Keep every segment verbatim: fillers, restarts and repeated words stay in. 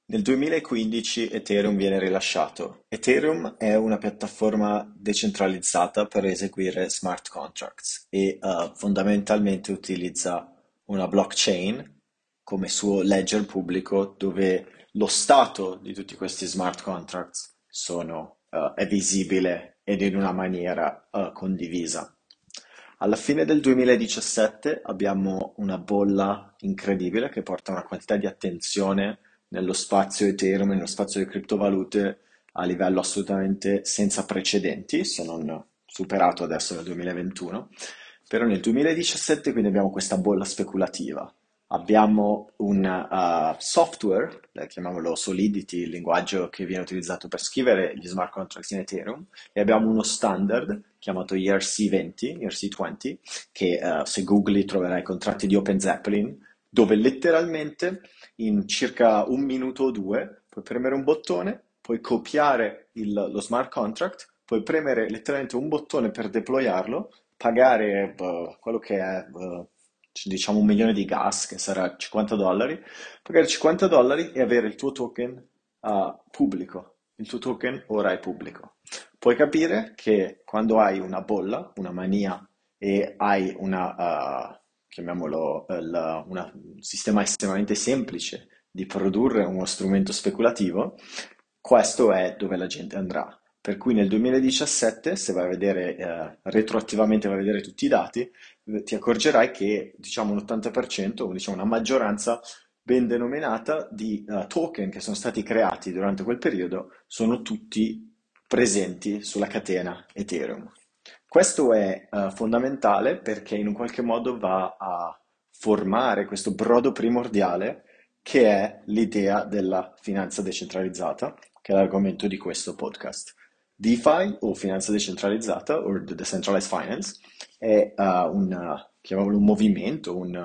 Nel duemilaquindici Ethereum viene rilasciato. Ethereum è una piattaforma decentralizzata per eseguire smart contracts e eh, fondamentalmente utilizza una blockchain come suo ledger pubblico dove lo stato di tutti questi smart contracts sono, eh, è visibile ed in una maniera eh, condivisa. Alla fine del duemiladiciassette abbiamo una bolla incredibile che porta una quantità di attenzione nello spazio Ethereum e nello spazio delle criptovalute a livello assolutamente senza precedenti, se non superato adesso nel duemilaventuno. Però nel duemiladiciassette quindi abbiamo questa bolla speculativa. Abbiamo un uh, software, eh, chiamiamolo Solidity, il linguaggio che viene utilizzato per scrivere gli smart contracts in Ethereum, e abbiamo uno standard chiamato E R C venti, E R C venti, che eh, se googli troverai contratti di Open Zeppelin, dove letteralmente in circa un minuto o due puoi premere un bottone, puoi copiare il- lo smart contract, puoi premere letteralmente un bottone per deployarlo, pagare eh, quello che è, eh, diciamo, un milione di gas, che sarà cinquanta dollari, pagare cinquanta dollari e avere il tuo token eh, pubblico. Il tuo token ora è pubblico. Puoi capire che quando hai una bolla, una mania e hai una, uh, chiamiamolo, eh, la- una- un sistema estremamente semplice di produrre uno strumento speculativo, questo è dove la gente andrà. Per cui nel duemiladiciassette, se vai a vedere, eh, retroattivamente vai a vedere tutti i dati, eh, ti accorgerai che diciamo un ottanta per cento, o diciamo una maggioranza ben denominata di eh, token che sono stati creati durante quel periodo sono tutti presenti sulla catena Ethereum. Questo è eh, fondamentale perché in un qualche modo va a formare questo brodo primordiale che è l'idea della finanza decentralizzata, che è l'argomento di questo podcast. DeFi o finanza decentralizzata o the decentralized finance è uh, un, uh, chiamiamolo un movimento, un,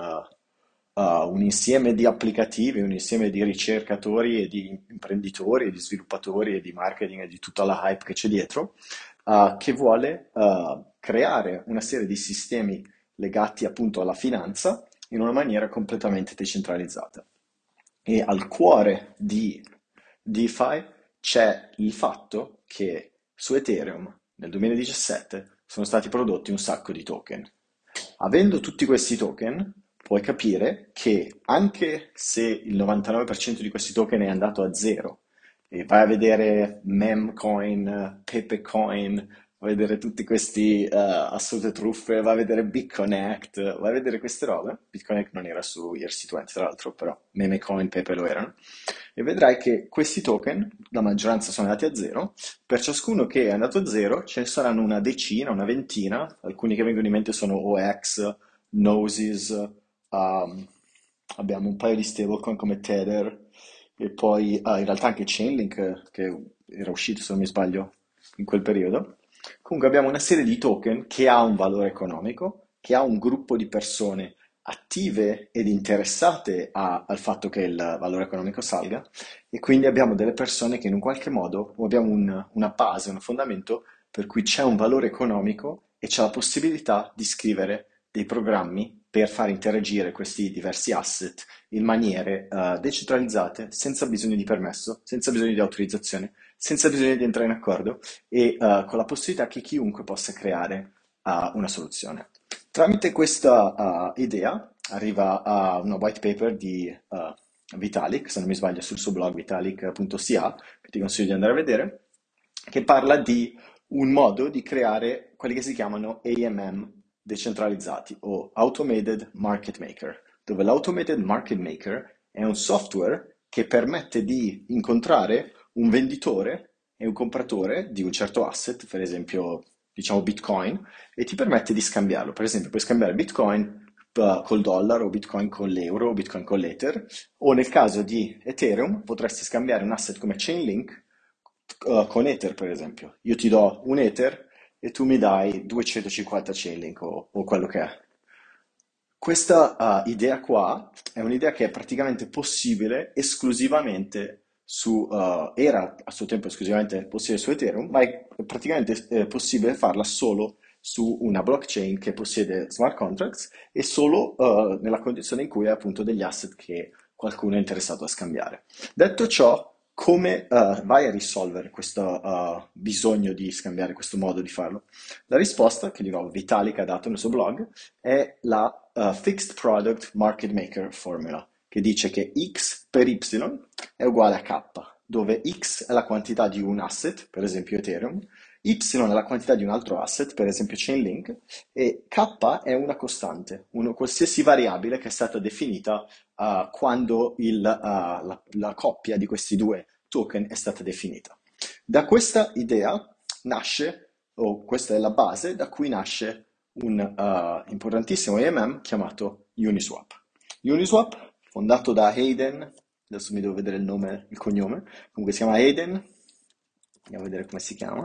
uh, uh, un insieme di applicativi, un insieme di ricercatori e di imprenditori e di sviluppatori e di marketing e di tutta la hype che c'è dietro, uh, che vuole uh, creare una serie di sistemi legati appunto alla finanza in una maniera completamente decentralizzata. E al cuore di DeFi c'è il fatto che su Ethereum nel duemiladiciassette sono stati prodotti un sacco di token. Avendo tutti questi token, puoi capire che anche se il novantanove per cento di questi token è andato a zero, e vai a vedere Memcoin, Pepecoin, vai a vedere tutti questi eh, assolute truffe, vai a vedere BitConnect, vai a vedere queste robe. BitConnect non era su E R C venti, tra l'altro, però Memecoin, Pepe lo erano. E vedrai che questi token, la maggioranza sono andati a zero. Per ciascuno che è andato a zero, ce ne saranno una decina, una ventina. Alcuni che vengono in mente sono O X, Gnosis, um, abbiamo un paio di stablecoin come Tether, e poi ah, in realtà anche Chainlink, eh, che era uscito, se non mi sbaglio, in quel periodo. Comunque abbiamo una serie di token che ha un valore economico, che ha un gruppo di persone attive ed interessate a- al fatto che il valore economico salga, e quindi abbiamo delle persone che in un qualche modo, o abbiamo un- una base, un fondamento per cui c'è un valore economico e c'è la possibilità di scrivere dei programmi per far interagire questi diversi asset in maniere eh, decentralizzate, senza bisogno di permesso, senza bisogno di autorizzazione, senza bisogno di entrare in accordo e eh, con la possibilità che chiunque possa creare eh, una soluzione. Tramite questa eh, idea arriva a una white paper di eh, Vitalik, se non mi sbaglio, sul suo blog vitalik punto c a, che ti consiglio di andare a vedere, che parla di un modo di creare quelli che si chiamano A M M decentralizzati o Automated Market Maker, dove l'Automated Market Maker è un software che permette di incontrare un venditore e un compratore di un certo asset, per esempio, diciamo Bitcoin, e ti permette di scambiarlo. Per esempio, puoi scambiare Bitcoin eh, col dollaro, o Bitcoin con l'euro, o Bitcoin con l'Ether, o nel caso di Ethereum potresti scambiare un asset come Chainlink eh, con Ether, per esempio. Io ti do un Ether e tu mi dai duecentocinquanta Chainlink o, o quello che è. Questa uh, idea qua è un'idea che è praticamente possibile esclusivamente su, uh, era a suo tempo esclusivamente possibile su Ethereum, ma è praticamente eh, possibile farla solo su una blockchain che possiede smart contracts e solo uh, nella condizione in cui hai appunto degli asset che qualcuno è interessato a scambiare. Detto ciò, come eh, vai a risolvere questo eh, bisogno di scambiare, questo modo di farlo? La risposta, che di nuovo Vitalik ha dato nel suo blog, è la eh, Fixed Product Market Maker Formula, che dice che X per Y è uguale a K, dove X è la quantità di un asset, per esempio Ethereum, Y è la quantità di un altro asset, per esempio Chainlink, e K è una costante, una qualsiasi variabile che è stata definita uh, quando il, uh, la, la coppia di questi due token è stata definita. Da questa idea nasce, o questa è la base, da cui nasce un uh, importantissimo A M M chiamato Uniswap. Uniswap, fondato da Hayden, adesso mi devo vedere il nome, il cognome, comunque si chiama Hayden, andiamo a vedere come si chiama,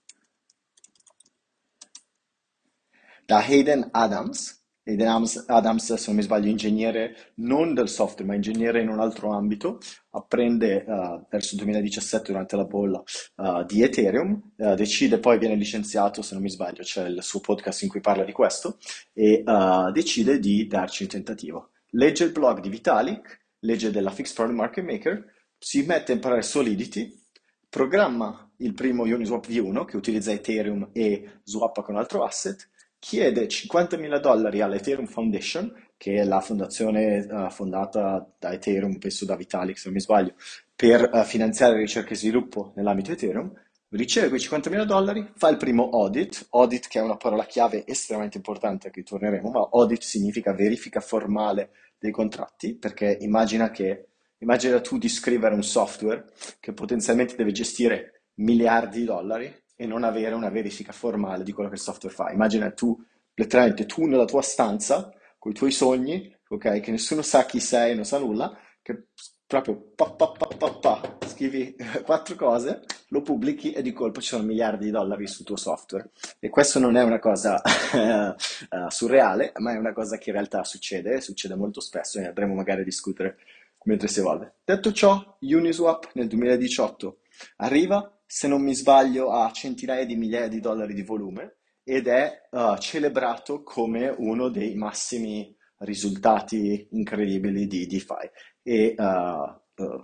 da Hayden Adams. Hayden Adams, Adams, se non mi sbaglio, ingegnere non del software, ma ingegnere in un altro ambito, apprende uh, verso il duemiladiciassette durante la bolla uh, di Ethereum, uh, decide poi, viene licenziato, se non mi sbaglio, c'è il suo podcast in cui parla di questo, e uh, decide di darci un tentativo. Legge il blog di Vitalik, legge della Fixed Product Market Maker, si mette a imparare Solidity, programma il primo Uniswap V uno che utilizza Ethereum e swappa con un altro asset, chiede cinquantamila dollari all'Ethereum Foundation, che è la fondazione uh, fondata da Ethereum, penso da Vitalik se non mi sbaglio, per uh, finanziare ricerca e sviluppo nell'ambito Ethereum, riceve quei cinquantamila dollari, fa il primo audit, audit che è una parola chiave estremamente importante a cui torneremo, ma audit significa verifica formale dei contratti, perché immagina che, immagina tu di scrivere un software che potenzialmente deve gestire miliardi di dollari e non avere una verifica formale di quello che il software fa. Immagina tu, letteralmente tu nella tua stanza, con i tuoi sogni, ok, che nessuno sa chi sei, non sa nulla, che proprio pa, pa, pa, pa, pa, scrivi quattro cose, lo pubblichi e di colpo ci sono miliardi di dollari sul tuo software. E questo non è una cosa uh, surreale, ma è una cosa che in realtà succede, succede molto spesso e ne andremo magari a discutere mentre si evolve. Detto ciò, Uniswap nel duemiladiciotto arriva, se non mi sbaglio, a centinaia di migliaia di dollari di volume ed è uh, celebrato come uno dei massimi risultati incredibili di DeFi. E uh, uh,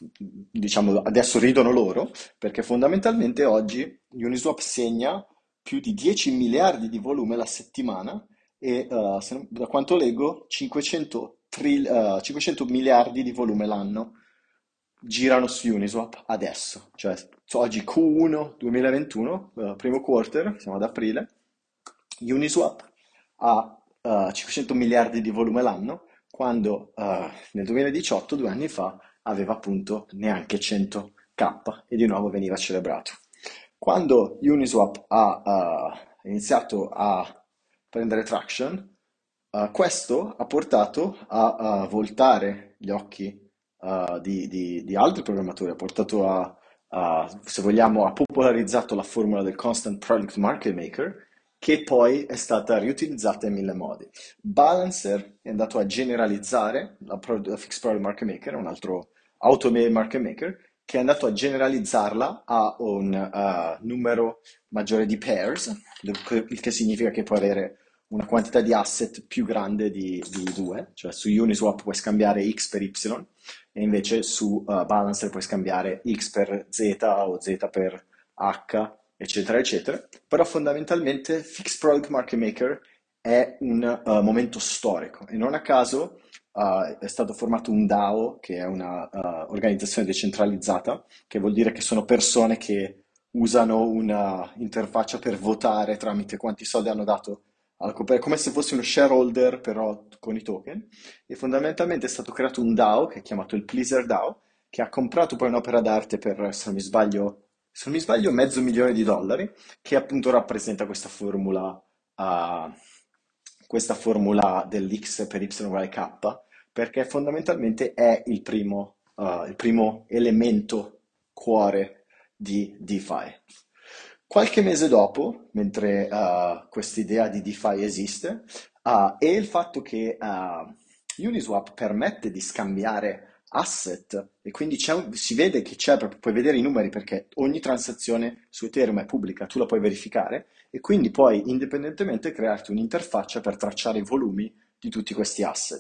diciamo adesso ridono loro perché fondamentalmente oggi Uniswap segna più di dieci miliardi di volume la settimana e uh, se non- da quanto leggo cinquecento, tril- uh, cinquecento miliardi di volume l'anno girano su Uniswap adesso, cioè oggi Q uno duemilaventuno, uh, primo quarter, siamo ad aprile, Uniswap ha uh, cinquecento miliardi di volume l'anno, quando uh, nel duemiladiciotto, due anni fa, aveva appunto neanche cento K e di nuovo veniva celebrato. Quando Uniswap ha uh, iniziato a prendere traction, uh, questo ha portato a, a voltare gli occhi uh, di, di- di altri programmatori, ha portato a, a, se vogliamo, ha popolarizzato la formula del Constant Product Market Maker, che poi è stata riutilizzata in mille modi. Balancer è andato a generalizzare la, pro- la Fixed Product Market Maker, un altro automated market maker, che è andato a generalizzarla a un uh, numero maggiore di pairs, il che significa che può avere una quantità di asset più grande di, di due, cioè su Uniswap puoi scambiare X per Y e invece su uh, Balancer puoi scambiare X per Z o Z per H, eccetera, eccetera. Però fondamentalmente Fixed Product Market Maker è un uh, momento storico e non a caso uh, è stato formato un DAO, che è una uh, organizzazione decentralizzata, che vuol dire che sono persone che usano una interfaccia per votare tramite quanti soldi hanno dato alla compa- come se fosse uno shareholder però con i token e fondamentalmente è stato creato un DAO che è chiamato il Pleaser DAO che ha comprato poi un'opera d'arte per, se non mi sbaglio, se non mi sbaglio, mezzo milione di dollari che appunto rappresenta questa formula, uh, questa formula dell'X per Y uguale K perché fondamentalmente è il primo, uh, il primo elemento cuore di DeFi. Qualche mese dopo, mentre uh, quest'idea di DeFi esiste, uh, e il fatto che uh, Uniswap permette di scambiare asset e quindi c'è un- si vede che c'è, proprio- puoi vedere i numeri perché ogni transazione su Ethereum è pubblica, tu la puoi verificare e quindi puoi indipendentemente crearti un'interfaccia per tracciare i volumi di tutti questi asset.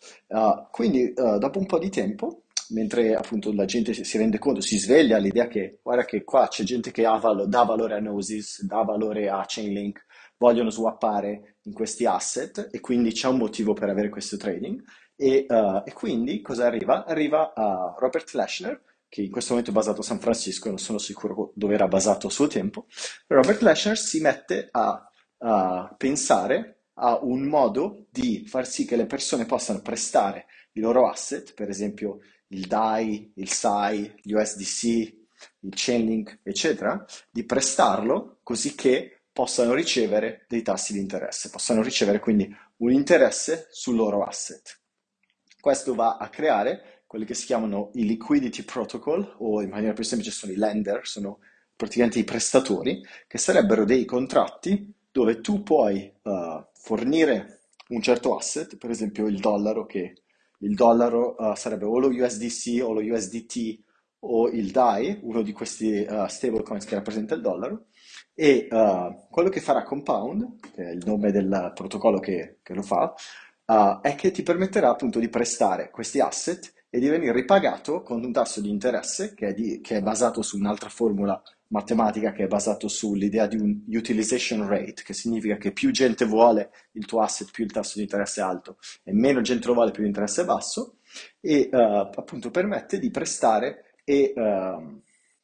Uh, quindi uh, dopo un po' di tempo, mentre appunto la gente si si rende conto, si sveglia all'idea che guarda che qua c'è gente che ha valo- dà valore a Gnosis, dà valore a Chainlink, vogliono swappare in questi asset e quindi c'è un motivo per avere questo trading. E, uh, e quindi cosa arriva? Arriva a Robert Leshner, che in questo momento è basato a San Francisco, non sono sicuro dove era basato a suo tempo. Robert Leshner si mette a a pensare a un modo di far sì che le persone possano prestare i loro asset, per esempio il D A I, il S A I, gli U S D C, il Chainlink, eccetera, di prestarlo così che possano ricevere dei tassi di interesse, possano ricevere quindi un interesse sul loro asset. Questo va a creare quelli che si chiamano i liquidity protocol, o in maniera più semplice sono i lender, sono praticamente i prestatori, che sarebbero dei contratti dove tu puoi eh, fornire un certo asset, per esempio il dollaro, che il dollaro eh, sarebbe o lo U S D C o lo U S D T o il D A I, uno di questi eh, stablecoins che rappresenta il dollaro, e eh, quello che farà Compound, che è il nome del protocollo che, che lo fa, eh, è che ti permetterà appunto di prestare questi asset e di venire ripagato con un tasso di interesse che è, di- che è basato su un'altra formula matematica che è basato sull'idea di un utilization rate, che significa che più gente vuole il tuo asset, più il tasso di interesse è alto, e meno gente lo vuole, più l'interesse è basso, e eh, appunto permette di prestare e, ehm,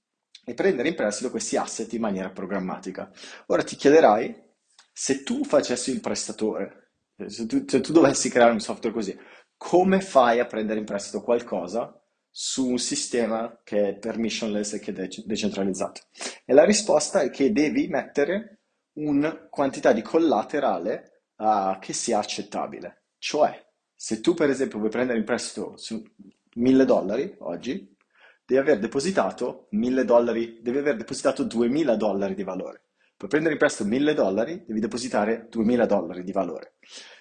e prendere in prestito questi asset in maniera programmatica. Ora ti chiederai, se tu facessi il prestatore, se tu, se tu dovessi creare un software così, come fai a prendere in prestito qualcosa su un sistema che è permissionless e che è de- decentralizzato? E la risposta è che devi mettere una quantità di collaterale ah, che sia accettabile. Cioè, se tu per esempio vuoi prendere in prestito su mille dollari oggi, devi aver depositato mille dollari, devi aver depositato duemila dollari di valore. Per prendere in prestito mille dollari, devi depositare duemila dollari di valore.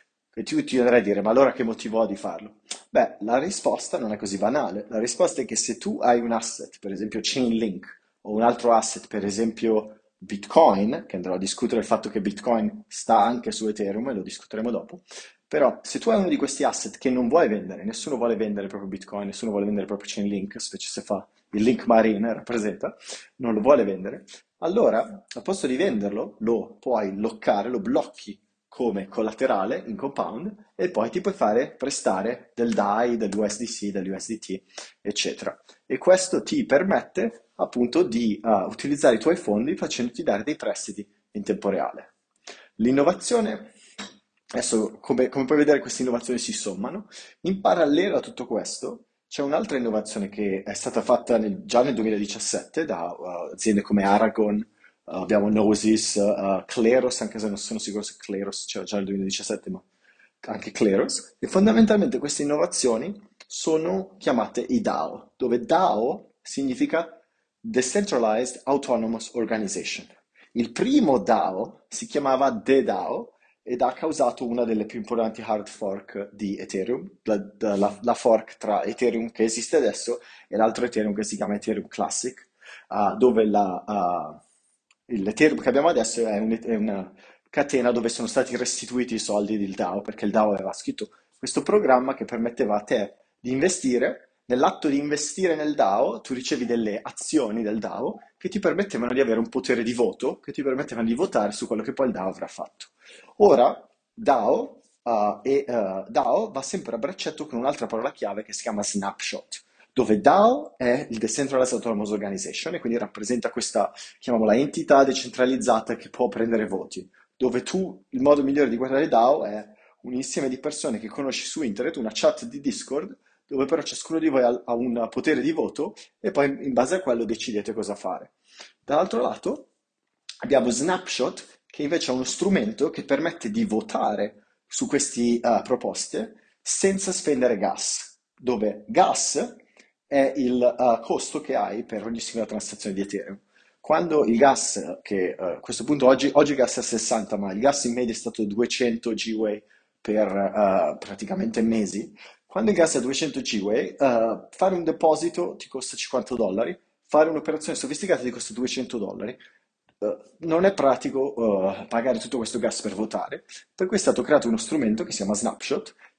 E tu ti andrai a dire, ma allora che motivo ho di farlo? Beh, la risposta non è così banale. La risposta è che se tu hai un asset, per esempio Chainlink, o un altro asset, per esempio Bitcoin, che andrò a discutere il fatto che Bitcoin sta anche su Ethereum e lo discuteremo dopo, però se tu hai uno di questi asset che non vuoi vendere, nessuno vuole vendere proprio Bitcoin, nessuno vuole vendere proprio Chainlink, specie se fa il link marine, rappresenta, non lo vuole vendere, allora al posto di venderlo lo puoi loccare, lo blocchi come collaterale in compound e poi ti puoi fare prestare del D A I, dell'U S D C, dell'U S D T, eccetera. E questo ti permette appunto di uh, utilizzare i tuoi fondi facendoti dare dei prestiti in tempo reale. L'innovazione, adesso come, come puoi vedere queste innovazioni si sommano, in parallelo a tutto questo c'è un'altra innovazione che è stata fatta nel- già nel duemiladiciassette da uh, aziende come Aragon, uh, abbiamo Gnosis, uh, Kleros, anche se non sono sicuro se Kleros c'era già nel duemiladiciassette, ma anche Kleros, e fondamentalmente queste innovazioni sono chiamate i D A O, dove D A O significa Decentralized Autonomous Organization. Il primo D A O si chiamava DeDAO ed ha causato una delle più importanti hard fork di Ethereum, la, la- la fork tra Ethereum che esiste adesso e l'altro Ethereum che si chiama Ethereum Classic, ah, dove la, ah, il- l'Ethereum che abbiamo adesso è, un- è una catena dove sono stati restituiti i soldi del D A O, perché il D A O aveva scritto questo programma che permetteva a te di investire. Nell'atto di investire nel D A O, tu ricevi delle azioni del D A O che ti permettevano di avere un potere di voto, che ti permettevano di votare su quello che poi il D A O avrà fatto. Ora, D A O, uh, e, uh, D A O va sempre a braccetto con un'altra parola chiave che si chiama snapshot, dove D A O è il Decentralized Autonomous Organization e quindi rappresenta questa, chiamiamola, entità decentralizzata che può prendere voti, dove tu, il modo migliore di guardare D A O è un insieme di persone che conosci su internet, una chat di Discord, dove però ciascuno di voi ha, ha un potere di voto e poi in base a quello decidete cosa fare. Dall'altro lato abbiamo Snapshot, che invece è uno strumento che permette di votare su queste proposte senza spendere gas, dove gas è il eh, costo che hai per ogni singola transazione di Ethereum. Quando il gas, che eh, a questo punto oggi, oggi il gas è a sessanta, ma il gas in media è stato duecento Gwei per eh, praticamente mesi, quando il gas è a duecento Gwei, eh, fare un deposito ti costa cinquanta dollari, fare un'operazione sofisticata ti costa duecento dollari. Eh, non è pratico eh, pagare tutto questo gas per votare, per cui è stato creato uno strumento che si chiama Snapshot,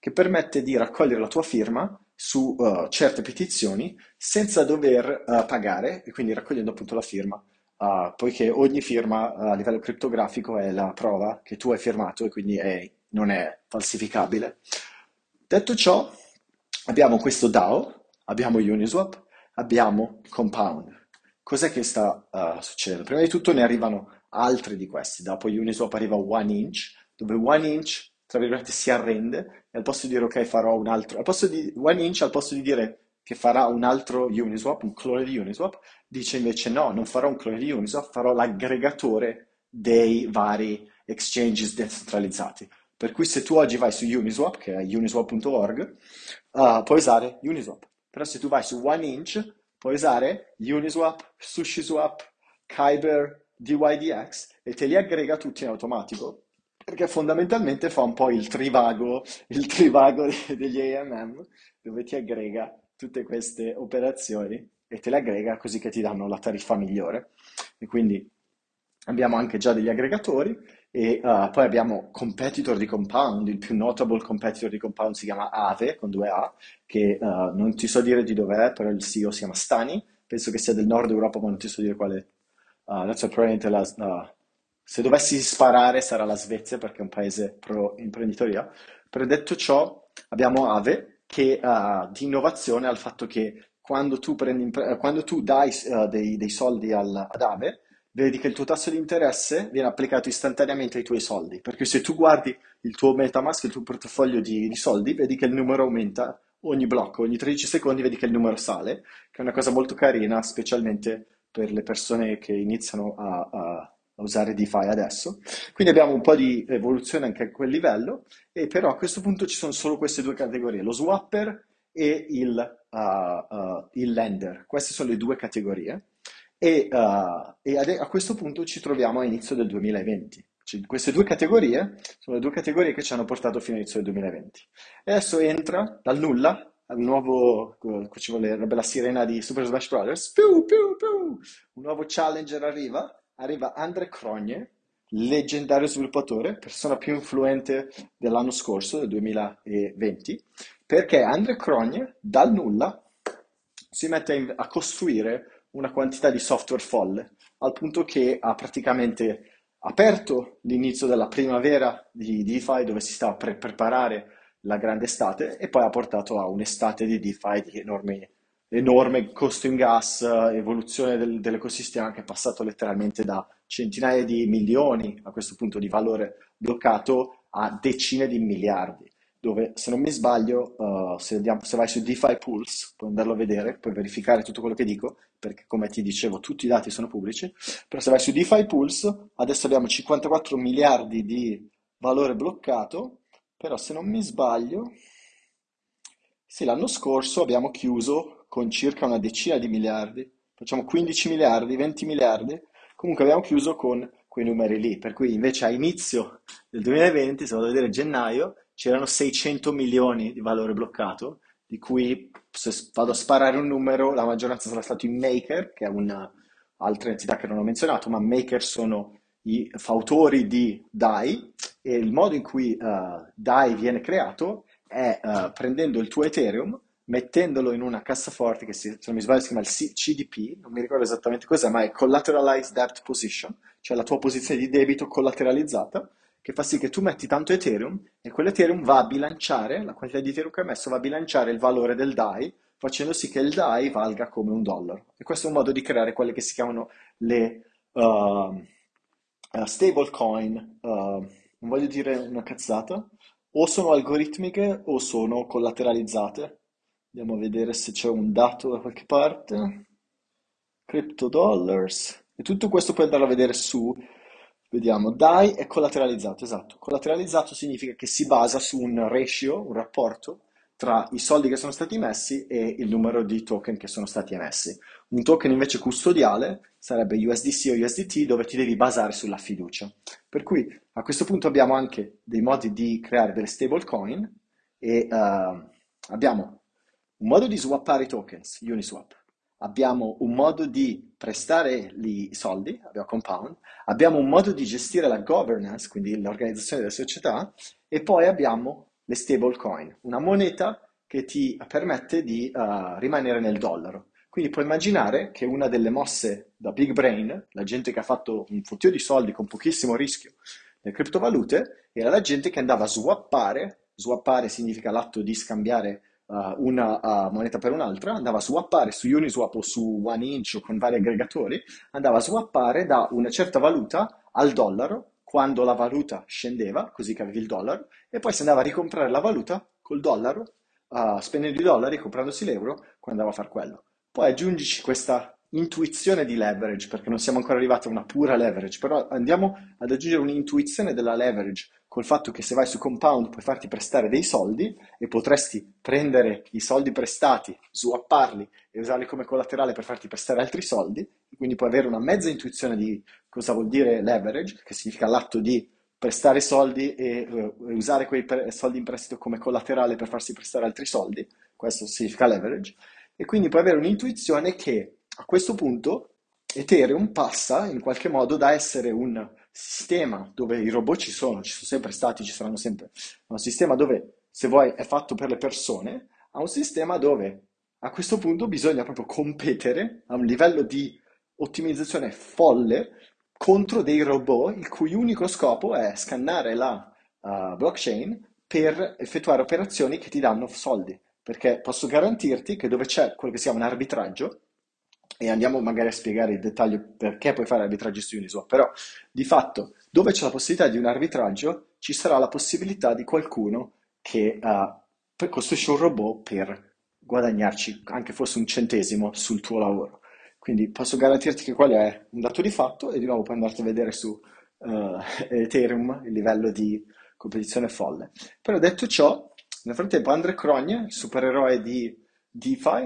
che permette di raccogliere la tua firma su eh, certe petizioni senza dover eh, pagare, e quindi raccogliendo appunto la firma, eh, poiché ogni firma eh, a livello criptografico è la prova che tu hai firmato e quindi è- non è falsificabile. Detto ciò, abbiamo questo DAO, abbiamo Uniswap, abbiamo Compound. Cos'è che sta eh, succedendo? Prima di tutto ne arrivano altri di questi, dopo Uniswap arriva OneInch, dove OneInch, tra virgolette, si arrende e al posto di dire ok farò un altro, al posto di OneInch, al posto di dire che farà un altro Uniswap, un clone di Uniswap, dice invece no, non farò un clone di Uniswap, farò l'aggregatore dei vari exchanges decentralizzati. Per cui se tu oggi vai su Uniswap, che è uniswap punto org, uh, puoi usare Uniswap. Però se tu vai su OneInch, puoi usare Uniswap, SushiSwap, Kyber, D Y D X e te li aggrega tutti in automatico. Perché fondamentalmente fa un po' il trivago, il trivago de- degli A M M, dove ti aggrega tutte queste operazioni e te le aggrega così che ti danno la tariffa migliore. E quindi abbiamo anche già degli aggregatori e eh, poi abbiamo competitor di Compound, il più notable competitor di Compound si chiama Aave con due A, che eh, non ti so dire di dov'è, però il C E O si chiama Stani, penso che sia del nord Europa, ma non ti so dire quale. Uh, adesso probabilmente la, uh, se dovessi sparare sarà la Svezia perché è un paese pro imprenditoria. Per detto ciò, abbiamo Aave che ha di innovazione al fatto che quando tu, prendi, in pre- eh, quando tu dai eh, dei, dei soldi al- ad Aave, vedi che il tuo tasso di interesse viene applicato istantaneamente ai tuoi soldi. Perché se tu guardi il tuo MetaMask, il tuo portafoglio di, di soldi, vedi che il numero aumenta ogni blocco, ogni tredici secondi vedi che il numero sale, che è una cosa molto carina, specialmente per le persone che iniziano a, a- a usare DeFi adesso. Quindi abbiamo un po' di evoluzione anche a quel livello, e però a questo punto ci sono solo queste due categorie, lo swapper e il, uh, uh, il lender. Queste sono le due categorie. E, uh, e ade- a questo punto ci troviamo a inizio del duemilaventi. Cioè, queste due categorie sono le due categorie che ci hanno portato fino all'inizio del duemilaventi. E adesso entra dal nulla al nuovo, eh, ci vorrebbe la sirena di Super Smash Bros. Piu, piu, piu. Un nuovo challenger arriva, arriva Andre Crogne, leggendario sviluppatore, persona più influente dell'anno scorso, del duemilaventi, perché Andre Crogne dal nulla si mette a, in- a costruire una quantità di software folle, al punto che ha praticamente aperto l'inizio della primavera di DeFi, dove si stava per preparare la grande estate, e poi ha portato a un'estate di DeFi di enormi, enorme costo in gas, eh, evoluzione del- dell'ecosistema che è passato letteralmente da centinaia di milioni a questo punto di valore bloccato a decine di miliardi. Dove, se non mi sbaglio, eh, se, andiamo- se vai su DeFi Pulse, puoi andarlo a vedere, puoi verificare tutto quello che dico, perché come ti dicevo tutti i dati sono pubblici, però se vai su DeFi Pulse, adesso abbiamo cinquantaquattro miliardi di valore bloccato, però se non mi sbaglio, sì, l'anno scorso abbiamo chiuso con circa una decina di miliardi, facciamo quindici miliardi, venti miliardi, comunque abbiamo chiuso con quei numeri lì, per cui invece a inizio del duemilaventi, se vado a vedere gennaio, c'erano seicento milioni di valore bloccato, di cui se vado a sparare un numero, la maggioranza sarà stato in Maker, che è un'altra entità che non ho menzionato, ma Maker sono i fautori di DAI, e il modo in cui eh, DAI viene creato è eh, prendendo il tuo Ethereum, mettendolo in una cassaforte che si- se non mi sbaglio si chiama il C- CDP, non mi ricordo esattamente cos'è, ma è Collateralized Debt Position, cioè la tua posizione di debito collateralizzata, che fa sì che tu metti tanto Ethereum e quell'Ethereum va a bilanciare, la quantità di Ethereum che hai messo va a bilanciare il valore del DAI, facendo sì che il DAI valga come un dollaro. E questo è un modo di creare quelle che si chiamano le uh, uh, stablecoin, uh, non voglio dire una cazzata, o sono algoritmiche o sono collateralizzate. Andiamo a vedere se c'è un dato da qualche parte. Crypto dollars. E tutto questo puoi andare a vedere su, vediamo, DAI è collateralizzato, esatto. Collateralizzato significa che si basa su un ratio, un rapporto tra i soldi che sono stati messi e il numero di token che sono stati emessi. Un token invece custodiale sarebbe U S D C o U S D T, dove ti devi basare sulla fiducia. Per cui a questo punto abbiamo anche dei modi di creare delle stablecoin e eh, abbiamo un modo di swappare i tokens, Uniswap. Abbiamo un modo di prestare i soldi, abbiamo Compound, abbiamo un modo di gestire la governance, quindi l'organizzazione delle società, e poi abbiamo le stablecoin, una moneta che ti permette di eh, rimanere nel dollaro. Quindi puoi immaginare che una delle mosse da Big Brain, la gente che ha fatto un fottio di soldi con pochissimo rischio nelle criptovalute, era la gente che andava a swappare, swappare significa l'atto di scambiare uh, una uh, moneta per un'altra, andava a swappare su Uniswap o su OneInch o con vari aggregatori, andava a swappare da una certa valuta al dollaro quando la valuta scendeva, così che avevi il dollaro, e poi si andava a ricomprare la valuta col dollaro, uh, spendendo i dollari, comprandosi l'euro, quando andava a fare quello. Poi aggiungici questa intuizione di leverage, perché non siamo ancora arrivati a una pura leverage, però andiamo ad aggiungere un'intuizione della leverage, col fatto che se vai su Compound puoi farti prestare dei soldi e potresti prendere i soldi prestati, swapparli e usarli come collaterale per farti prestare altri soldi, quindi puoi avere una mezza intuizione di cosa vuol dire leverage, che significa l'atto di prestare soldi e uh, usare quei pre- soldi in prestito come collaterale per farsi prestare altri soldi, questo significa leverage, e quindi puoi avere un'intuizione che a questo punto Ethereum passa in qualche modo da essere un sistema dove i robot ci sono, ci sono sempre stati, ci saranno sempre, ma un sistema dove, se vuoi, è fatto per le persone, a un sistema dove a questo punto bisogna proprio competere a un livello di ottimizzazione folle contro dei robot il cui unico scopo è scannare la uh, blockchain per effettuare operazioni che ti danno soldi. Perché posso garantirti che dove c'è quello che si chiama un arbitraggio, e andiamo magari a spiegare il dettaglio perché puoi fare arbitraggi su Uniswap, però di fatto dove c'è la possibilità di un arbitraggio ci sarà la possibilità di qualcuno che uh, costruisce un robot per guadagnarci anche fosse un centesimo sul tuo lavoro. Quindi posso garantirti che quello è un dato di fatto e di nuovo puoi andarti a vedere su uh, Ethereum il livello di competizione folle. Però detto ciò, nel frattempo Andre Krohn, il supereroe di DeFi,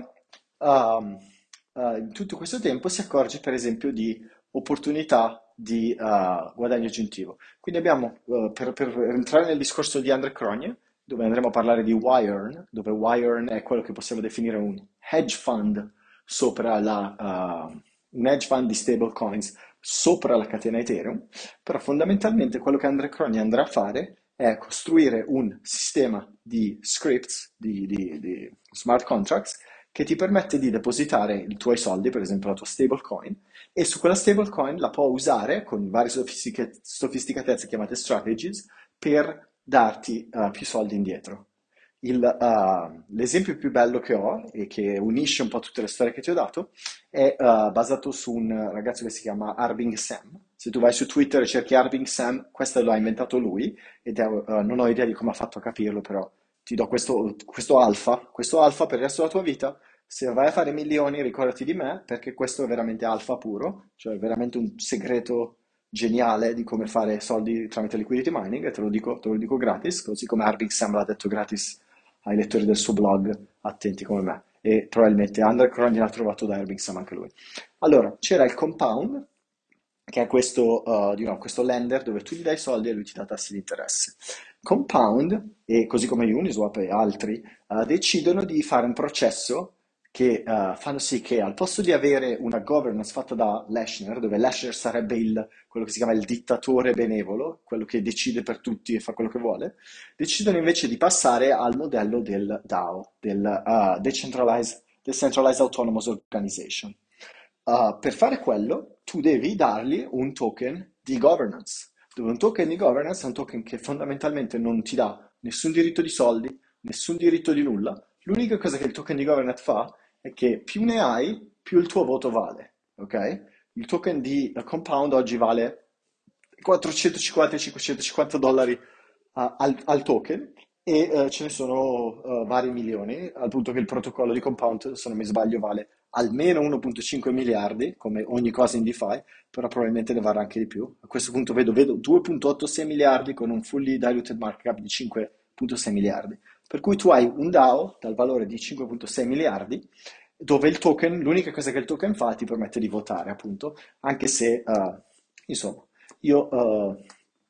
um, uh, in tutto questo tempo si accorge per esempio di opportunità di uh, guadagno aggiuntivo. Quindi abbiamo, uh, per, per entrare nel discorso di Andre Krohn, dove andremo a parlare di Wirearn, dove Wirearn è quello che possiamo definire un hedge fund sopra la, uh, un hedge fund di stablecoins sopra la catena Ethereum, però fondamentalmente quello che Andre Krohn andrà a fare è costruire un sistema di scripts, di, di- di smart contracts, che ti permette di depositare i tuoi soldi, per esempio la tua stablecoin, e su quella stablecoin la può usare con varie sofistica- sofisticatezze chiamate strategies per darti eh, più soldi indietro. Il, uh, l'esempio più bello che ho e che unisce un po' tutte le storie che ti ho dato è uh, basato su un ragazzo che si chiama Arbing Sam. Se tu vai su Twitter e cerchi Arbing Sam, questo l'ha inventato lui ed è, uh, non ho idea di come ha fatto a capirlo, però ti do questo, questo alfa, questo alfa per il resto della tua vita. Se vai a fare milioni, ricordati di me, perché questo è veramente alfa puro, cioè veramente un segreto geniale di come fare soldi tramite liquidity mining, e te lo dico, te lo dico gratis, così come Arbing Sam l'ha detto gratis ai lettori del suo blog, attenti come me. E probabilmente Underground l'ha trovato da Irving anche lui. Allora, c'era il Compound, che è questo, uh, di nuovo, questo lender dove tu gli dai soldi e lui ti dà tassi di interesse. Compound, e così come Uniswap e altri, uh, decidono di fare un processo che uh, fanno sì che al posto di avere una governance fatta da Leshner, dove Leshner sarebbe il, quello che si chiama il dittatore benevolo, quello che decide per tutti e fa quello che vuole, decidono invece di passare al modello del DAO, del uh, Decentralized, Decentralized Autonomous Organization. Uh, per fare quello, tu devi dargli un token di governance, dove un token di governance è un token che fondamentalmente non ti dà nessun diritto di soldi, nessun diritto di nulla. L'unica cosa che il token di governance fa è che più ne hai, più il tuo voto vale, ok? Il token di uh, Compound oggi vale quattrocentocinquanta cinquecentocinquanta dollari a- al, al token e eh, ce ne sono eh, vari milioni, al punto che il protocollo di Compound, se non mi sbaglio, vale almeno uno virgola cinque miliardi, come ogni cosa in DeFi, però probabilmente ne varrà anche di più. A questo punto vedo, vedo due virgola ottantasei miliardi con un fully diluted market cap di cinque virgola sei miliardi. Per cui tu hai un DAO dal valore di cinque virgola sei miliardi, dove il token, l'unica cosa che il token fa, ti permette di votare, appunto, anche se, eh, insomma, io, eh,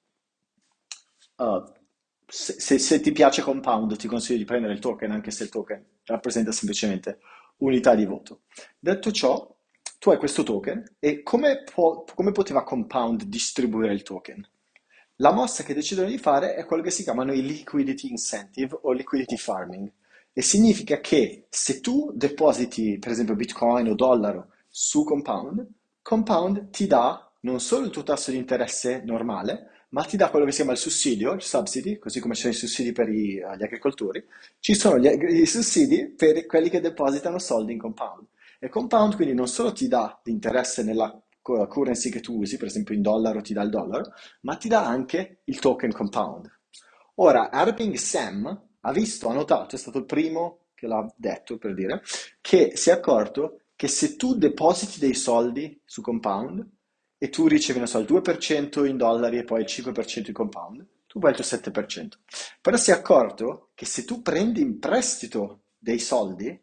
eh, se, se- se ti piace Compound, ti consiglio di prendere il token, anche se il token rappresenta semplicemente unità di voto. Detto ciò, tu hai questo token e come, può- come poteva Compound distribuire il token? La mossa che decidono di fare è quello che si chiamano i liquidity incentive o liquidity farming. E significa che se tu depositi, per esempio, Bitcoin o dollaro su Compound, Compound ti dà non solo il tuo tasso di interesse normale, ma ti dà quello che si chiama il sussidio, il subsidy, così come ci sono i sussidi per i- gli agricoltori, ci sono gli, i sussidi per quelli che depositano soldi in Compound. E Compound quindi non solo ti dà l'interesse nella co- currency che tu usi, per esempio in dollaro ti dà il dollaro, ma ti dà anche il token Compound. Ora, Erping Sam ha visto, ha notato, è stato il primo che l'ha detto per dire, che si è accorto che se tu depositi dei soldi su Compound e tu ricevi, non so, il due per cento in dollari e poi il cinque per cento in Compound, tu vuoi il tuo sette per cento. Però si è accorto che se tu prendi in prestito dei soldi,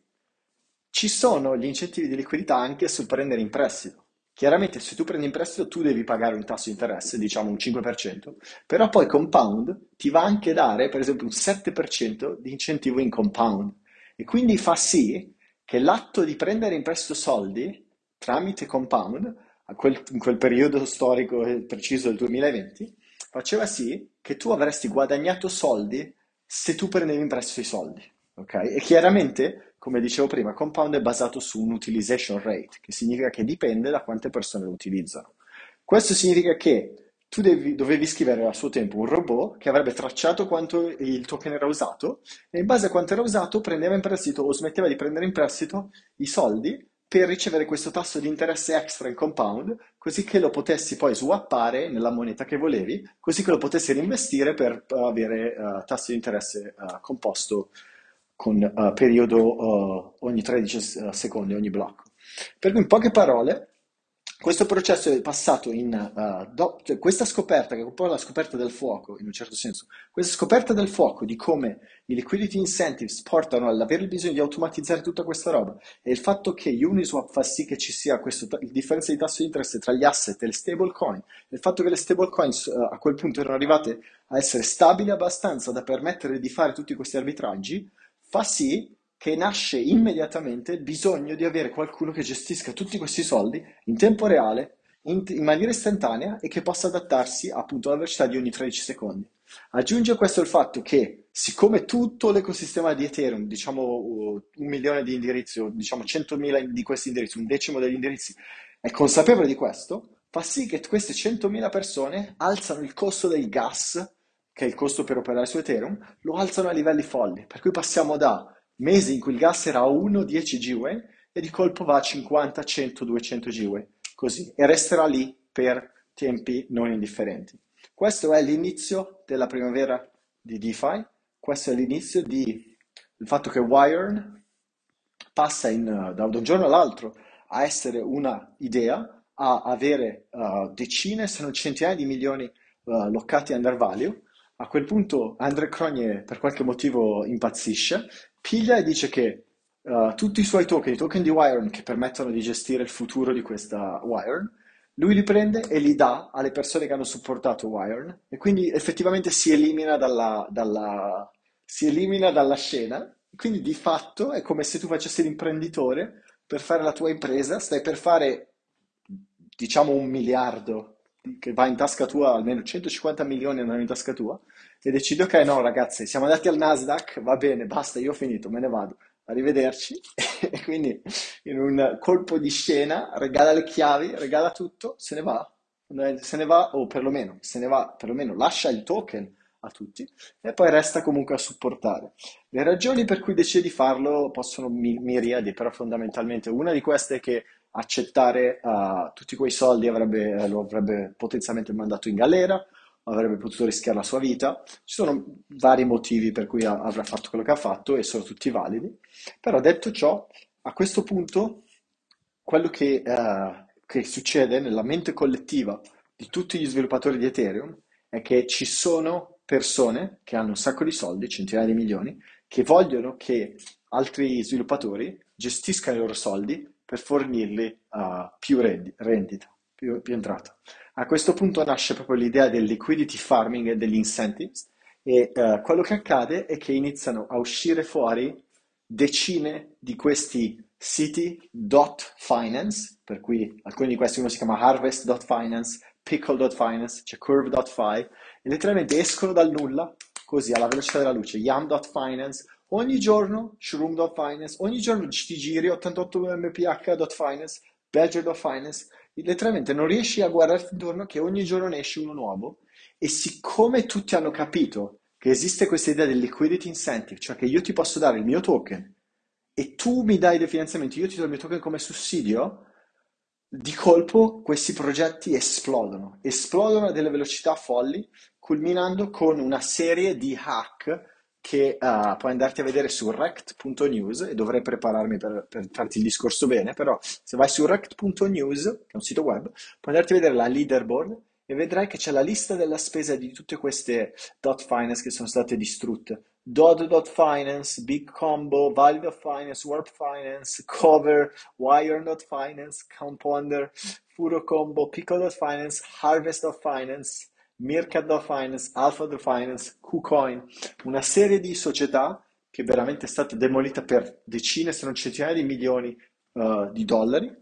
ci sono gli incentivi di liquidità anche sul prendere in prestito. Chiaramente se tu prendi in prestito tu devi pagare un tasso di interesse, diciamo un cinque per cento, però poi Compound ti va anche a dare per esempio un sette per cento di incentivo in Compound e quindi fa sì che l'atto di prendere in prestito soldi tramite Compound a quel- in quel periodo storico eh, preciso del duemilaventi faceva sì che tu avresti guadagnato soldi se tu prendevi in prestito i soldi. Ok? E chiaramente, come dicevo prima, Compound è basato su un utilization rate, che significa che dipende da quante persone lo utilizzano. Questo significa che tu devi- dovevi scrivere a suo tempo un robot che avrebbe tracciato quanto il token era usato e in base a quanto era usato prendeva in prestito o smetteva di prendere in prestito i soldi per ricevere questo tasso di interesse extra in Compound, così che lo potessi poi swappare nella moneta che volevi, così che lo potessi reinvestire per eh, avere eh, tasso di interesse eh, composto con eh, periodo eh, ogni tredici s- secondi, ogni blocco. Per cui in poche parole, questo processo è passato in... eh, do- cioè, questa scoperta, che è un po' la scoperta del fuoco, in un certo senso, questa scoperta del fuoco di come i liquidity incentives portano all'avere il bisogno di automatizzare tutta questa roba e il fatto che Uniswap fa sì che ci sia questa differenza di tasso di interesse tra gli asset e le stablecoin, e il fatto che le stablecoins eh, a quel punto erano arrivate a essere stabili abbastanza da permettere di fare tutti questi arbitraggi, fa sì che nasce immediatamente il bisogno di avere qualcuno che gestisca tutti questi soldi in tempo reale, in, in maniera istantanea e che possa adattarsi appunto alla velocità di ogni tredici secondi. Aggiunge a questo il fatto che, siccome tutto l'ecosistema di Ethereum, diciamo uh, un milione di indirizzi, o diciamo centomila di questi indirizzi, un decimo degli indirizzi, è consapevole di questo, fa sì che queste centomila persone alzano il costo del gas, che è il costo per operare su Ethereum, lo alzano a livelli folli. Per cui passiamo da mesi in cui il gas era a uno dieci G W e di colpo va a cinquanta, cento, duecento G W, così, e resterà lì per tempi non indifferenti. Questo è l'inizio della primavera di DeFi, questo è l'inizio di, del fatto che Wired passa in, uh, da un giorno all'altro a essere una idea, a avere uh, decine, se non centinaia di milioni uh, loccati under value. A quel punto Andre Cronje per qualche motivo impazzisce, piglia e dice che uh, tutti i suoi token, i token di Wired che permettono di gestire il futuro di questa Wired, lui li prende e li dà alle persone che hanno supportato Wired e quindi effettivamente si elimina dalla, dalla- si elimina dalla scena. Quindi di fatto è come se tu facessi l'imprenditore per fare la tua impresa, stai per fare diciamo un miliardo che va in tasca tua, almeno centocinquanta milioni andranno in tasca tua e decidi ok no ragazzi siamo andati al Nasdaq, va bene, basta, io ho finito, me ne vado, arrivederci e quindi in un colpo di scena regala le chiavi, regala tutto, se ne va, se ne va o perlomeno se ne va, perlomeno lascia il token a tutti e poi resta comunque a supportare. Le ragioni per cui decide di farlo possono mi- miriadi, però fondamentalmente una di queste è che accettare uh, tutti quei soldi avrebbe, eh, lo avrebbe potenzialmente mandato in galera, avrebbe potuto rischiare la sua vita. Ci sono vari motivi per cui ha- avrà fatto quello che ha fatto e sono tutti validi. Però detto ciò, a questo punto quello che, eh, che succede nella mente collettiva di tutti gli sviluppatori di Ethereum è che ci sono persone che hanno un sacco di soldi, centinaia di milioni, che vogliono che altri sviluppatori gestiscano i loro soldi per fornirli a più rendi- rendita, più, più entrata. A questo punto nasce proprio l'idea del liquidity farming e degli incentives e eh, quello che accade è che iniziano a uscire fuori decine di questi siti dot finance, per cui alcuni di questi uno si chiama harvest dot finance, Pickle.finance, c'è Curve.fi e letteralmente escono dal nulla, così alla velocità della luce, Yam.finance, ogni giorno Shroom.finance, ogni giorno ti giri ottantotto mph.finance, Badger.finance, letteralmente non riesci a guardarti intorno che ogni giorno ne esce uno nuovo e siccome tutti hanno capito che esiste questa idea del liquidity incentive, cioè che io ti posso dare il mio token e tu mi dai dei finanziamenti, io ti do il mio token come sussidio, di colpo questi progetti esplodono, esplodono a delle velocità folli, culminando con una serie di hack che uh, puoi andarti a vedere su rect punto news e dovrei prepararmi per, per farti il discorso bene, però se vai su rect punto news, che è un sito web, puoi andarti a vedere la leaderboard e vedrai che c'è la lista della spesa di tutte queste dot finance che sono state distrutte. Dodo.finance, Big Combo, Value.finance, Warp Finance, Cover, Wire.finance, Compounder, Furo Combo, Pico.finance, Harvest.finance, Meerkat.finance, Alpha.finance, KuCoin, una serie di società che veramente è stata demolita per decine, se non centinaia di milioni eh, di dollari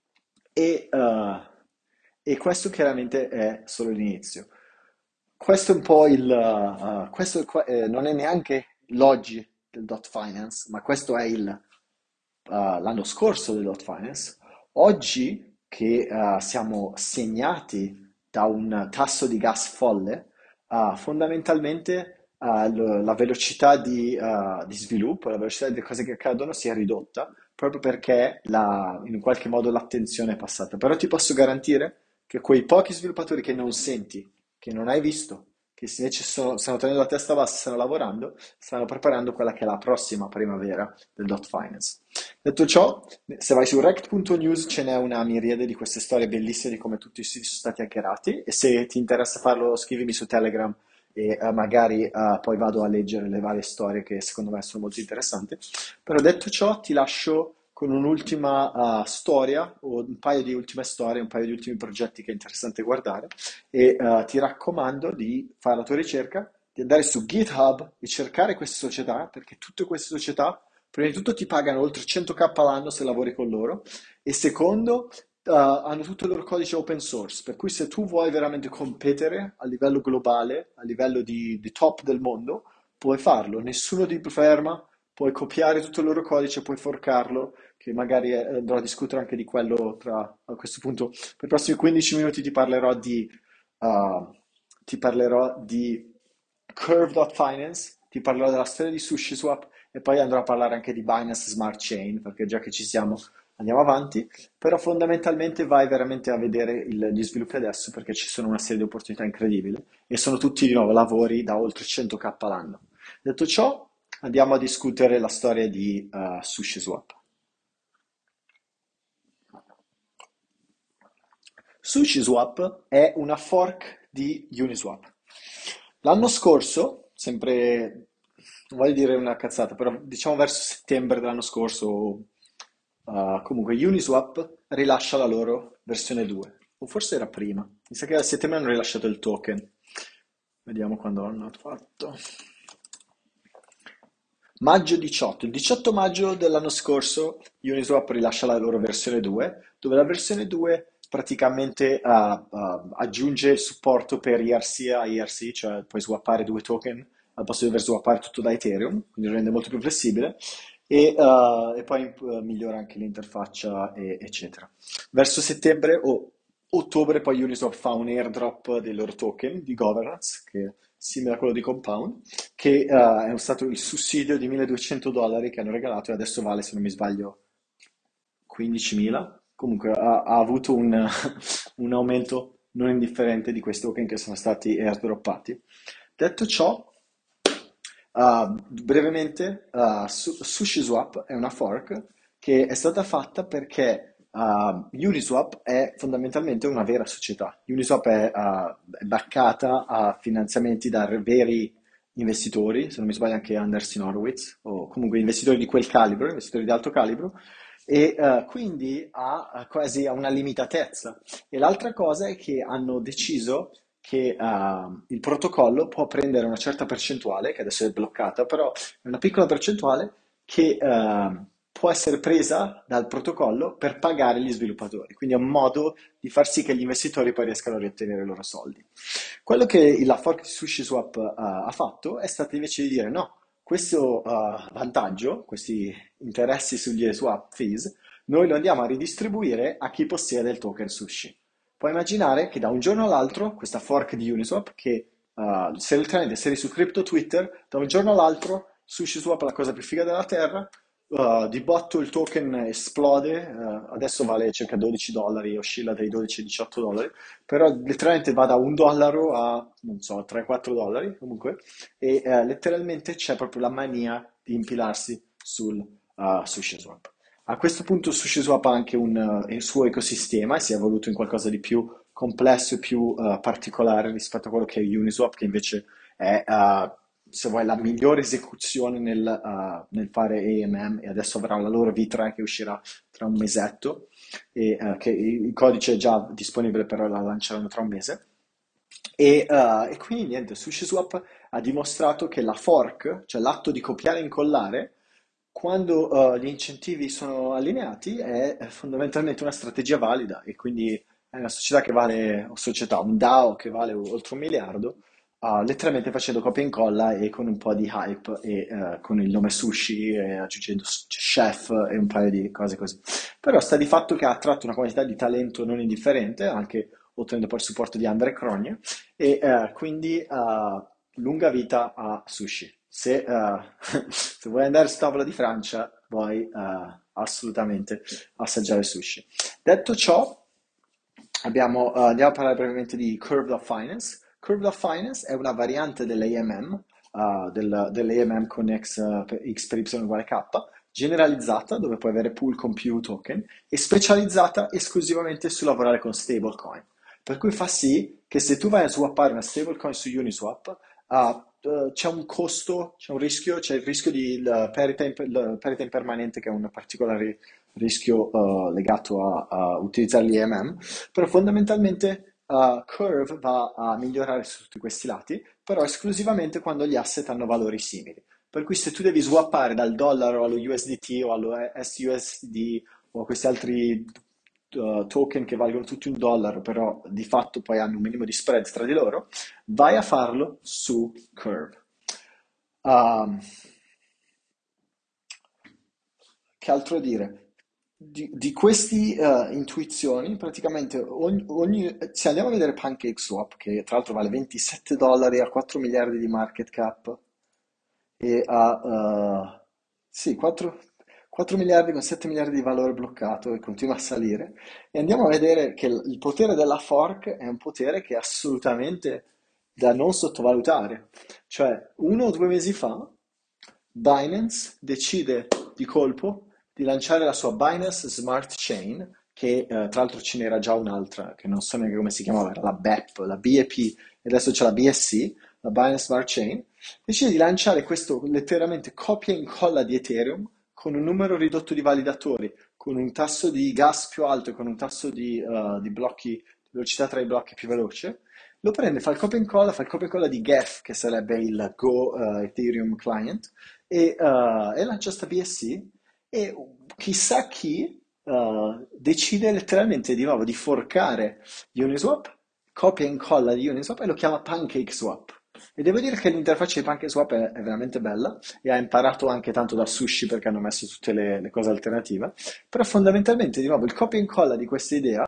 e, eh, e questo chiaramente è solo l'inizio. Questo è un po' il... uh, questo è qua- eh, non è neanche l'oggi del dot finance, ma questo è il, uh, l'anno scorso del dot finance. Oggi che uh, siamo segnati da un tasso di gas folle, uh, fondamentalmente uh, l- la velocità di, uh, di sviluppo, la velocità delle cose che accadono si è ridotta proprio perché la- in qualche modo l'attenzione è passata. Però ti posso garantire che quei pochi sviluppatori che non senti, che non hai visto, che invece sono, stanno tenendo la testa bassa, stanno lavorando, stanno preparando quella che è la prossima primavera del dot finance. Detto ciò, se vai su rect punto news ce n'è una miriade di queste storie bellissime di come tutti i siti sono stati hackerati e se ti interessa farlo scrivimi su Telegram e eh, magari eh, poi vado a leggere le varie storie che secondo me sono molto interessanti. Però detto ciò ti lascio con un'ultima eh, storia o un paio di ultime storie, un paio di ultimi progetti che è interessante guardare e eh, ti raccomando di fare la tua ricerca, di andare su GitHub e cercare queste società, perché tutte queste società, prima di tutto, ti pagano oltre cento k all'anno se lavori con loro, e secondo, eh, hanno tutto il loro codice open source, per cui se tu vuoi veramente competere a livello globale, a livello di, di top del mondo, puoi farlo, nessuno ti ferma, puoi copiare tutto il loro codice, puoi forcarlo, che magari eh, andrò a discutere anche di quello tra, a questo punto per i prossimi quindici minuti ti parlerò di, uh, ti parlerò di Curve.finance, ti parlerò della storia di SushiSwap e poi andrò a parlare anche di Binance Smart Chain, perché già che ci siamo andiamo avanti, però fondamentalmente vai veramente a vedere il- gli sviluppi adesso perché ci sono una serie di opportunità incredibili e sono tutti di nuovo lavori da oltre cento k l'anno. Detto ciò, andiamo a discutere la storia di uh, SushiSwap. SushiSwap è una fork di Uniswap. L'anno scorso, sempre, non voglio dire una cazzata, però diciamo verso settembre dell'anno scorso, uh, comunque Uniswap rilascia la loro versione due, o forse era prima. Mi sa che a settembre hanno rilasciato il token. Vediamo quando l'hanno fatto. Maggio diciotto, il diciotto maggio dell'anno scorso Uniswap rilascia la loro versione due, dove la versione due praticamente ah, ah, aggiunge il supporto per I R C a I R C, cioè puoi swappare due token al posto di dover swappare tutto da Ethereum, quindi lo rende molto più flessibile e, ah, e poi eh, migliora anche l'interfaccia, e- eccetera. Verso settembre o ottobre poi Uniswap fa un airdrop dei loro token di governance, che è simile a quello di Compound, che eh, è stato il sussidio di milleduecento dollari che hanno regalato e adesso vale, se non mi sbaglio, quindicimila. Comunque ha, ha avuto un, un aumento non indifferente di questi token che sono stati airdroppati. Detto ciò, uh, brevemente, uh, Su- SushiSwap è una fork che è stata fatta perché uh, Uniswap è fondamentalmente una vera società. Uniswap è, uh, è baccata a finanziamenti da veri investitori, se non mi sbaglio anche Anderson Horowitz, o comunque investitori di quel calibro, investitori di alto calibro, e eh, quindi ha eh, quasi una limitatezza. E l'altra cosa è che hanno deciso che eh, il protocollo può prendere una certa percentuale, che adesso è bloccata, però è una piccola percentuale che, eh, può essere presa dal protocollo per pagare gli sviluppatori. Quindi è un modo di far sì che gli investitori poi riescano a riottenere i loro soldi. Quello che la fork di SushiSwap uh, ha fatto è stato invece di dire no, questo uh, vantaggio, questi interessi sugli swap fees, noi lo andiamo a ridistribuire a chi possiede il token Sushi. Puoi immaginare che da un giorno all'altro questa fork di Uniswap, che uh, se letteralmente sei su crypto Twitter, da un giorno all'altro SushiSwap è la cosa più figa della terra, uh, di botto il token esplode, uh, adesso vale circa dodici dollari, oscilla dai dodici ai diciotto dollari, però letteralmente va da un dollaro a, non so, tre quattro dollari comunque, e uh, letteralmente c'è proprio la mania di impilarsi sul uh, SushiSwap. A questo punto SushiSwap ha anche un uh, il suo ecosistema e si è evoluto in qualcosa di più complesso e più uh, particolare rispetto a quello che è Uniswap, che invece è, uh, se vuoi, la migliore esecuzione nel, uh, nel fare A M M, e adesso avrà la loro V tre che uscirà tra un mesetto, e uh, che il codice è già disponibile, però la lanceranno tra un mese. E, uh, e quindi niente, SushiSwap ha dimostrato che la fork, cioè l'atto di copiare e incollare, quando uh, gli incentivi sono allineati, è fondamentalmente una strategia valida, e quindi è una società che vale, o società, un DAO che vale oltre un miliardo, uh, letteralmente facendo copia e incolla e con un po' di hype e uh, con il nome sushi e aggiungendo s- chef e un paio di cose così. Però sta di fatto che ha attratto una quantità di talento non indifferente, anche ottenendo poi il supporto di Andre Krogne, e uh, quindi uh, lunga vita a sushi. Se, uh, se vuoi andare su tavola di Francia, vuoi uh, assolutamente assaggiare sushi. Detto ciò, abbiamo, uh, andiamo a parlare brevemente di Curved of Finance. Curved of Finance è una variante dell'A M M, uh, del, dell'A M M con X, uh, per- X per Y uguale K, generalizzata, dove puoi avere pool con più token, e specializzata esclusivamente su lavorare con stablecoin. Per cui fa sì che se tu vai a swappare una stablecoin su Uniswap, ah, eh, c'è un costo, c'è un rischio, c'è il rischio di il parità, imp- il parità impermanente, che è un particolare rischio eh, legato a, a utilizzare l'I M M, però fondamentalmente eh, Curve va a migliorare su tutti questi lati, però esclusivamente quando gli asset hanno valori simili. Per cui se tu devi swappare dal dollaro allo U S D T o allo S U S D o a questi altri uh, token che valgono tutti un dollaro, però di fatto poi hanno un minimo di spread tra di loro, vai a farlo su Curve. Um, che altro dire? Di, di queste intuizioni, praticamente ogni, ogni- se andiamo a vedere PancakeSwap, che tra l'altro vale ventisette dollari, a quattro miliardi di market cap, e ha eh, sì, quattro, quattro miliardi con sette miliardi di valore bloccato, e continua a salire. E andiamo a vedere che il il potere della fork è un potere che è assolutamente da non sottovalutare. Cioè, uno o due mesi fa, Binance decide di colpo di lanciare la sua Binance Smart Chain, che eh, tra l'altro ce n'era già un'altra, che non so neanche come si chiamava, era la B E P, la B E P, e adesso c'è la B S C, la Binance Smart Chain. Decide di lanciare questo letteralmente copia e incolla di Ethereum, con un numero ridotto di validatori, con un tasso di gas più alto e con un tasso di, uh, di blocchi, velocità tra i blocchi più veloce. Lo prende, fa il copia e incolla, fa il copia e incolla di Geth, che sarebbe il Go uh, Ethereum Client, e, uh, e lancia sta B S C, e chissà chi uh, decide letteralmente di nuovo di forcare Uniswap, copia e incolla di Uniswap, e lo chiama PancakeSwap. E devo dire che l'interfaccia di PancakeSwap è, è veramente bella, e ha imparato anche tanto da Sushi, perché hanno messo tutte le, le cose alternative. Però fondamentalmente, di nuovo, il copia e incolla di questa idea,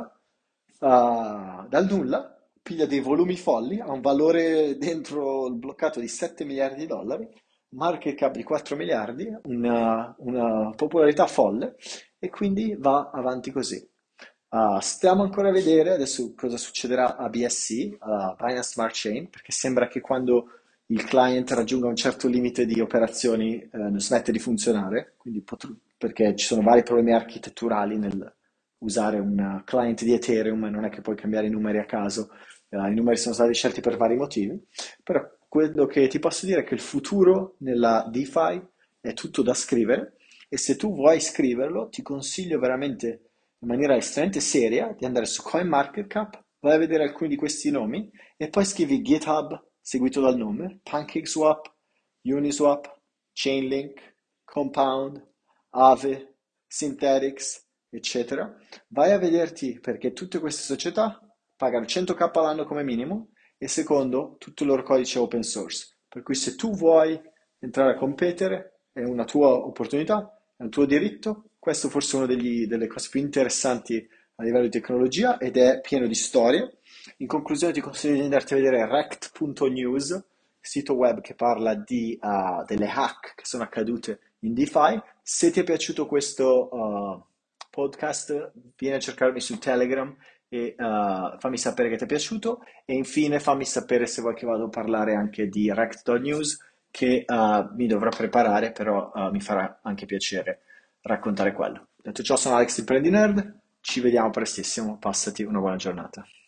uh, dal nulla, piglia dei volumi folli, ha un valore dentro il bloccato di sette miliardi di dollari, market cap di quattro miliardi, una, una popolarità folle, e quindi va avanti così. Uh, stiamo ancora a vedere adesso cosa succederà a B S C, a Binance Smart Chain, perché sembra che quando il client raggiunga un certo limite di operazioni eh, smette di funzionare, quindi potr- perché ci sono vari problemi architetturali nel usare un client di Ethereum, e non è che puoi cambiare i numeri a caso, eh, i numeri sono stati scelti per vari motivi, però quello che ti posso dire è che il futuro nella DeFi è tutto da scrivere, e se tu vuoi scriverlo ti consiglio veramente in maniera estremamente seria di andare su CoinMarketCap, vai a vedere alcuni di questi nomi e poi scrivi GitHub seguito dal nome, PancakeSwap, Uniswap, Chainlink, Compound, Aave, Synthetics, eccetera. Vai a vederti perché tutte queste società pagano cento k all'anno come minimo e secondo, tutto il loro codice è open source. Per cui se tu vuoi entrare a competere è una tua opportunità, è un tuo diritto. Questo forse è una degli- delle cose più interessanti a livello di tecnologia ed è pieno di storie. In conclusione ti consiglio di andarti a vedere rect punto news, sito web che parla di, uh, delle hack che sono accadute in DeFi. Se ti è piaciuto questo uh, podcast, vieni a cercarmi su Telegram e uh, fammi sapere che ti è piaciuto. E infine fammi sapere se vuoi che vado a parlare anche di rect punto news che uh, mi dovrò preparare, però uh, mi farà anche piacere raccontare quello. Detto ciò, sono Alex il Prendi Nerd, ci vediamo prestissimo, passati una buona giornata.